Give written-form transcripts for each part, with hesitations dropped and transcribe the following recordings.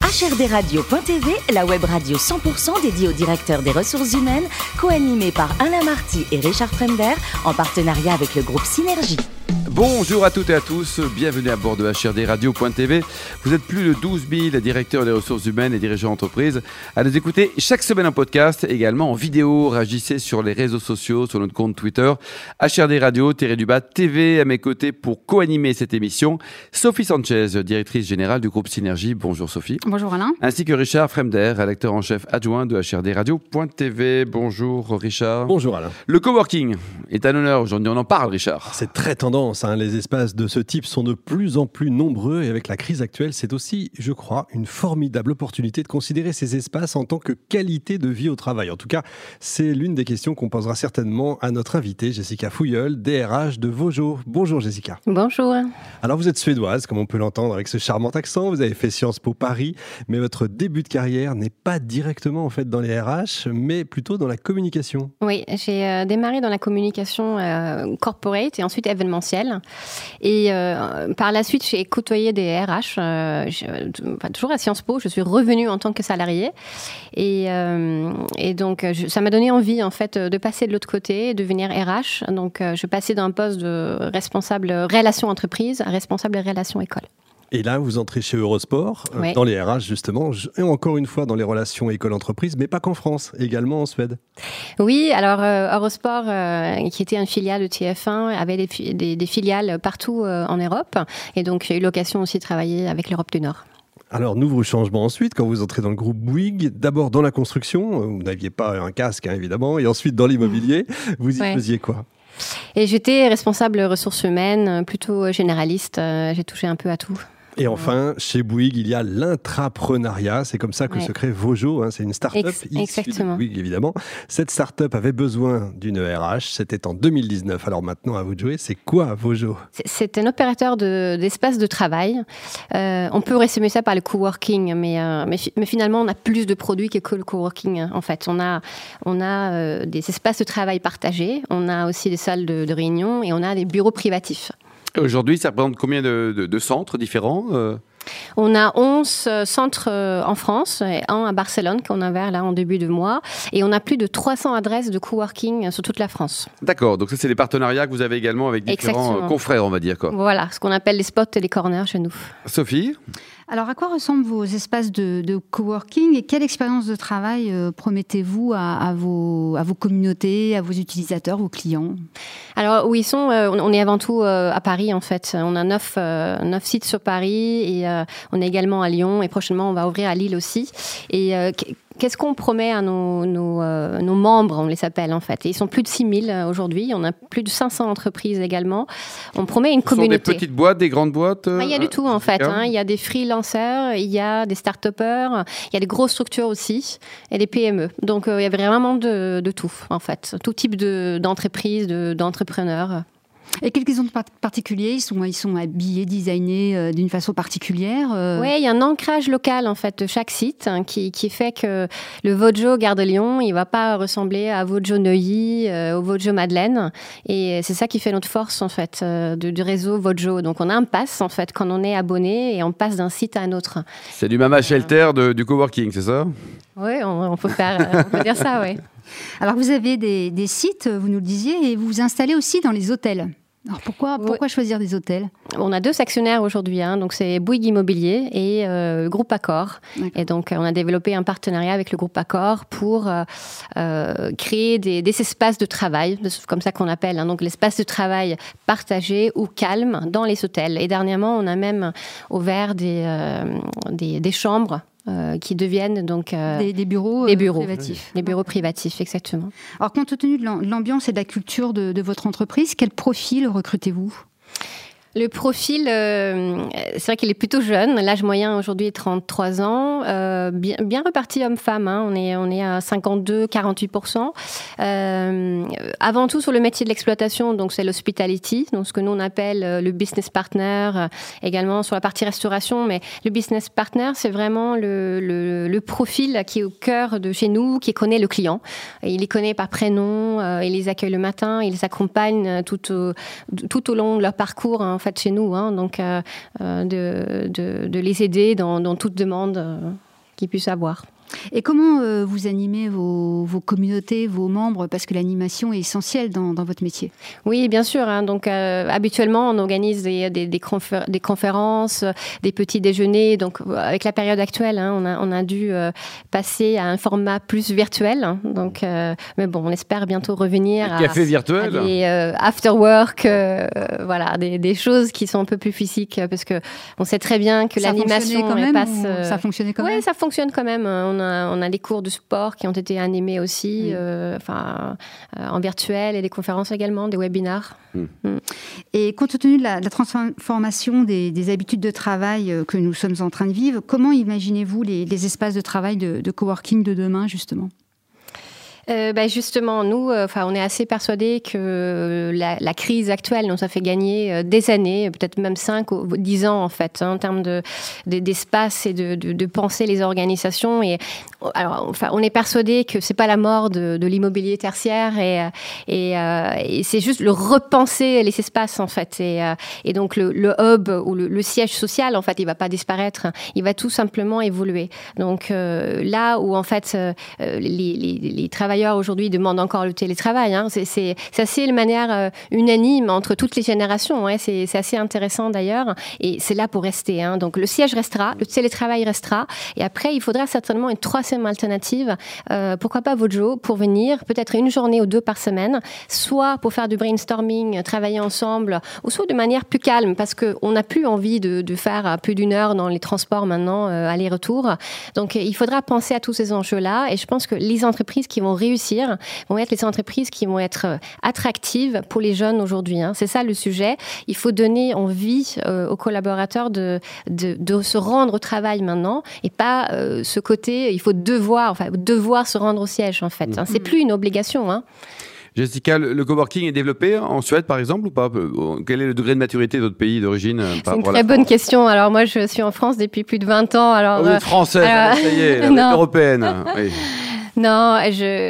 HRDRadio.tv, la web radio 100% dédiée aux directeurs des ressources humaines, co-animée par Alain Marty et Richard Fremder, en partenariat avec le groupe Synergie. Bonjour à toutes et à tous, bienvenue à bord de HRDRadio.tv. Vous êtes plus de 12 000 directeurs des ressources humaines et dirigeants d'entreprise à nous écouter chaque semaine en podcast, également en vidéo. Réagissez sur les réseaux sociaux, sur notre compte Twitter, HRDRadio-TV à mes côtés pour co-animer cette émission. Sophie Sanchez, directrice générale du groupe Synergie. Bonjour Sophie. Bonjour Alain. Ainsi que Richard Fremder, rédacteur en chef adjoint de HRDRadio.tv. Bonjour Richard. Bonjour Alain. Le coworking est un honneur aujourd'hui, on en parle Richard. C'est très tendance, hein. Les espaces de ce type sont de plus en plus nombreux et avec la crise actuelle, c'est aussi, je crois, une formidable opportunité de considérer ces espaces en tant que qualité de vie au travail. En tout cas, c'est l'une des questions qu'on posera certainement à notre invitée, Jessica Fouilleul, DRH de Vojo. Bonjour Jessica. Bonjour. Alors vous êtes suédoise, comme on peut l'entendre avec ce charmant accent, vous avez fait Sciences Po Paris, mais votre début de carrière n'est pas directement en fait dans les RH, mais plutôt dans la communication. Oui, j'ai démarré dans la communication corporate et ensuite événementielle. Et par la suite, j'ai côtoyé des RH, toujours à Sciences Po. Je suis revenue en tant que salariée. Et donc, ça m'a donné envie, en fait, de passer de l'autre côté, de devenir RH. Donc, je passais d'un poste de responsable relations entreprise à responsable relations école. Et là, vous entrez chez Eurosport, oui. Dans les RH justement, et encore une fois dans les relations école-entreprise, mais pas qu'en France, également en Suède. Oui, alors Eurosport, qui était une filiale de TF1, avait des filiales partout en Europe. Et donc, j'ai eu l'occasion aussi de travailler avec l'Europe du Nord. Alors, nouveau changement ensuite, quand vous entrez dans le groupe Bouygues, d'abord dans la construction, vous n'aviez pas un casque hein, évidemment, et ensuite dans l'immobilier, vous y faisiez quoi ? Et j'étais responsable ressources humaines, plutôt généraliste, j'ai touché un peu à tout. Et enfin, chez Bouygues, il y a l'intrapreneuriat. C'est comme ça que se crée Vojo. Hein. C'est une start-up issue de Bouygues, évidemment. Cette start-up avait besoin d'une RH. C'était en 2019. Alors maintenant, à vous de jouer. C'est quoi Vojo ? C'est un opérateur d'espace de travail. On peut résumer ça par le coworking, mais finalement, on a plus de produits que le coworking. En fait, on a des espaces de travail partagés. On a aussi des salles de réunion et on a des bureaux privatifs. Aujourd'hui, ça représente combien de centres différents On a 11 centres en France, et un à Barcelone qu'on a ouvert là en début de mois. Et on a plus de 300 adresses de coworking sur toute la France. D'accord, donc ça c'est des partenariats que vous avez également avec différents confrères, on va dire quoi. Voilà, ce qu'on appelle les spots et les corners chez nous. Sophie ? Alors, à quoi ressemblent vos espaces de coworking et quelle expérience de travail promettez-vous à vos communautés, à vos utilisateurs, vos clients ? Alors, où ils sont, on est avant tout à Paris, en fait. On a 9 sites sur Paris et on est également à Lyon et prochainement, on va ouvrir à Lille aussi. Et qu'est-ce qu'on promet à nos membres, on les appelle en fait. Et ils sont plus de 6 000 aujourd'hui. On a plus de 500 entreprises également. On promet une communauté. Ce sont des petites boîtes, des grandes boîtes Il y a du tout en fait. Il y a des freelancers, il y a des start-upers, il y a des grosses structures aussi et des PME. Donc il y a vraiment de tout en fait. Tout type d'entreprise, d'entrepreneurs. Et qu'est-ce qu'ils ont de particulier ? Ils sont habillés, designés d'une façon particulière Oui, il y a un ancrage local en fait de chaque site qui fait que le Vojo Gare de Lyon, il ne va pas ressembler à Vojo Neuilly, au Vojo Madeleine. Et c'est ça qui fait notre force en fait du réseau Vojo. Donc on a un pass en fait quand on est abonné et on passe d'un site à un autre. C'est du Mama Shelter du coworking, c'est ça ? Oui, on peut dire ça, oui. Alors vous avez des sites, vous nous le disiez, et vous vous installez aussi dans les hôtels. Alors pourquoi choisir des hôtels ? On a 2 actionnaires aujourd'hui, donc c'est Bouygues Immobilier et le groupe Accor. D'accord. Et donc on a développé un partenariat avec le groupe Accor pour créer des espaces de travail, comme ça qu'on appelle, donc l'espace de travail partagé ou calme dans les hôtels. Et dernièrement, on a même ouvert des chambres qui deviennent donc des bureaux privatifs. Les bureaux privatifs, exactement. Alors, compte tenu de l'ambiance et de la culture de votre entreprise, quel profil recrutez-vous ? Le profil, c'est vrai qu'il est plutôt jeune. L'âge moyen aujourd'hui est 33 ans. Bien réparti homme-femme. On est à 52-48%. Avant tout sur le métier de l'exploitation, donc c'est l'hospitality, donc ce que nous on appelle le business partner. Également sur la partie restauration, mais le business partner, c'est vraiment le profil qui est au cœur de chez nous, qui connaît le client. Il les connaît par prénom, il les accueille le matin, il les accompagne tout au long de leur parcours en fait, fait chez nous, hein, donc de les aider dans toute demande qu'ils puissent avoir. Et comment vous animez vos communautés, vos membres, parce que l'animation est essentielle dans votre métier? Oui, bien sûr. Hein. Donc, habituellement, on organise des conférences, des petits déjeuners. Donc, avec la période actuelle, hein, on a dû passer à un format plus virtuel. Hein. Donc, mais bon, on espère bientôt revenir à café virtuel, à des after work, voilà, des choses qui sont un peu plus physiques, parce que on sait très bien que l'animation passe. Ça fonctionnait quand même. Oui, ça fonctionne quand même. On a des cours de sport qui ont été animés aussi, en virtuel, et des conférences également, des webinars. Et compte tenu de la transformation des habitudes de travail que nous sommes en train de vivre, comment imaginez-vous les espaces de travail de coworking de demain, justement ? Justement, nous, on est assez persuadés que la crise actuelle nous a fait gagner des années, peut-être même 5 ou 10 ans en fait, hein, en termes d'espace et de penser les organisations. Et alors, on est persuadés que c'est pas la mort de l'immobilier tertiaire et c'est juste le repenser les espaces en fait. Et donc le hub ou le siège social en fait, il va pas disparaître, il va tout simplement évoluer. Donc là où en fait les travailleurs aujourd'hui demandent encore le télétravail. Hein. C'est assez de manière unanime entre toutes les générations. Hein. C'est assez intéressant d'ailleurs. Et c'est là pour rester. Hein. Donc le siège restera, le télétravail restera. Et après, il faudra certainement une troisième alternative. Pourquoi pas Vojo, pour venir peut-être une journée ou 2 par semaine, soit pour faire du brainstorming, travailler ensemble, ou soit de manière plus calme, parce qu'on n'a plus envie de faire plus d'1 heure dans les transports maintenant, aller-retour. Donc il faudra penser à tous ces enjeux-là. Et je pense que les entreprises qui vont réussir vont être les entreprises qui vont être attractives pour les jeunes aujourd'hui. Hein. C'est ça le sujet. Il faut donner envie aux collaborateurs de se rendre au travail maintenant et pas ce côté, il faut devoir se rendre au siège en fait. Hein. C'est plus une obligation. Hein. Jessica, le coworking est développé en Suède, par exemple, ou pas? Quel est le degré de maturité de votre pays d'origine? C'est une très bonne question. Alors moi, je suis en France depuis plus de 20 ans. Alors, vous êtes française, ça y est, vous êtes européenne. Oui. Non,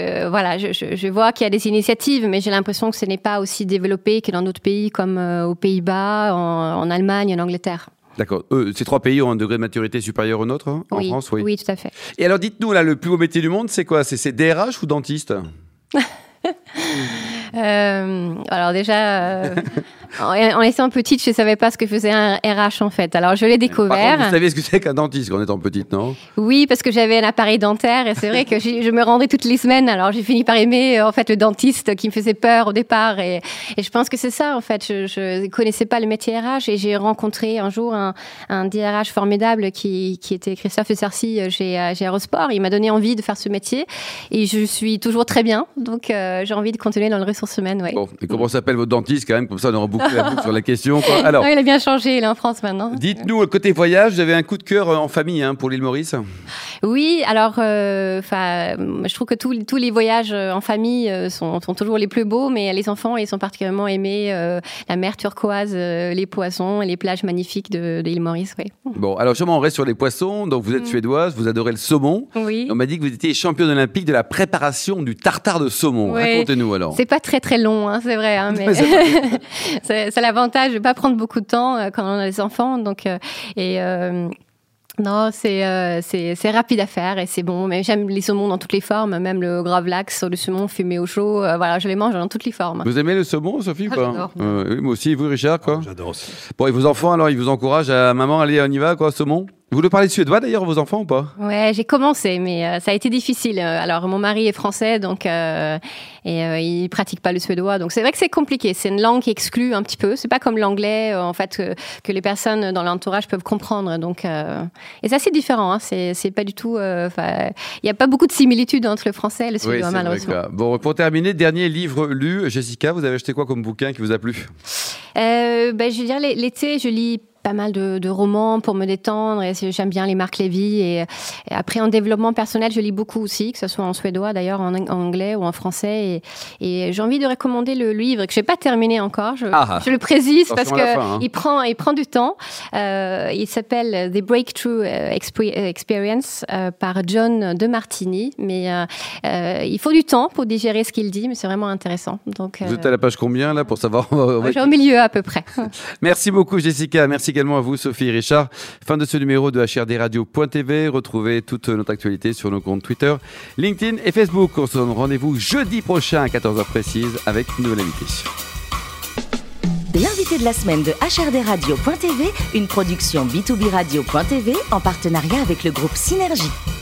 je vois qu'il y a des initiatives, mais j'ai l'impression que ce n'est pas aussi développé que dans d'autres pays comme aux Pays-Bas, en Allemagne, en Angleterre. D'accord. Ces 3 pays ont un degré de maturité supérieur au nôtre, hein, en France? Oui, tout à fait. Et alors, dites-nous, là, le plus beau métier du monde, c'est quoi? C'est DRH ou dentiste? Alors déjà, en étant petite, je ne savais pas ce que faisait un RH en fait. Alors je l'ai découvert. Par contre, vous savez ce que c'est qu'un dentiste en étant petite, non? Oui, parce que j'avais un appareil dentaire et c'est vrai que je me rendais toutes les semaines. Alors j'ai fini par aimer en fait le dentiste qui me faisait peur au départ et je pense que c'est ça en fait. Je ne connaissais pas le métier RH et j'ai rencontré un jour un DRH formidable qui était Christophe Essercy chez Aerosport. Il m'a donné envie de faire ce métier et je suis toujours très bien. Donc j'ai envie de continuer dans le ressources humaines. Ouais. Bon, et comment s'appelle votre dentiste quand même? Comme ça, on aura bouclé la boucle sur la question. Quoi. Alors, non, il a bien changé, il est en France maintenant. Dites-nous, côté voyage, vous avez un coup de cœur en famille pour l'île Maurice? Oui, alors, je trouve que tous les voyages en famille sont toujours les plus beaux, mais les enfants, ils sont particulièrement aimés la mer turquoise, les poissons et les plages magnifiques de l'île Maurice. Oui. Bon, alors justement, on reste sur les poissons. Donc, vous êtes suédoise, vous adorez le saumon. Oui. On m'a dit que vous étiez championne olympique de la préparation du tartare de saumon. Oui. Racontez-nous alors. C'est pas très très long, hein, c'est vrai, hein, mais c'est l'avantage de pas prendre beaucoup de temps quand on a des enfants, donc non, c'est rapide à faire et c'est bon. Mais j'aime les saumons dans toutes les formes, même le gravlax, le saumon fumé au chaud. Voilà, je les mange dans toutes les formes. Vous aimez le saumon, Sophie, ou pas? J'adore. Oui, moi aussi. Vous, Richard, quoi? J'adore aussi. Bon, et vos enfants, alors, ils vous encouragent à maman, allez, on y va, quoi, saumon? Vous voulez parler suédois d'ailleurs, vos enfants, ou pas? Ouais, j'ai commencé, mais ça a été difficile. Alors, mon mari est français, donc il pratique pas le suédois, donc c'est vrai que c'est compliqué. C'est une langue qui exclut un petit peu. C'est pas comme l'anglais, en fait, que les personnes dans l'entourage peuvent comprendre. Donc, et c'est assez différent. Hein. C'est pas du tout. Il y a pas beaucoup de similitudes entre le français et le suédois, malheureusement. Bon, pour terminer, dernier livre lu, Jessica, vous avez acheté quoi comme bouquin qui vous a plu? Je veux dire, l'été, je lis pas mal de romans pour me détendre et j'aime bien les Marc Lévy. Et après, en développement personnel, je lis beaucoup aussi, que ce soit en suédois d'ailleurs, en anglais ou en français. Et j'ai envie de recommander le livre que je n'ai pas terminé encore. Je le précise parce qu'il prend du temps. Il s'appelle The Breakthrough Experience par John DeMartini. Mais il faut du temps pour digérer ce qu'il dit, mais c'est vraiment intéressant. Donc, vous êtes à la page combien là pour savoir? Je suis au milieu à peu près. Merci beaucoup Jessica, merci également à vous Sophie et Richard. Fin de ce numéro de HRDRadio.tv. Retrouvez toute notre actualité sur nos comptes Twitter, LinkedIn et Facebook. On se donne rendez-vous jeudi prochain à 14h précise avec une nouvelle invitée. L'invité de la semaine de HRDRadio.tv, une production B2B Radio.tv en partenariat avec le groupe Synergie.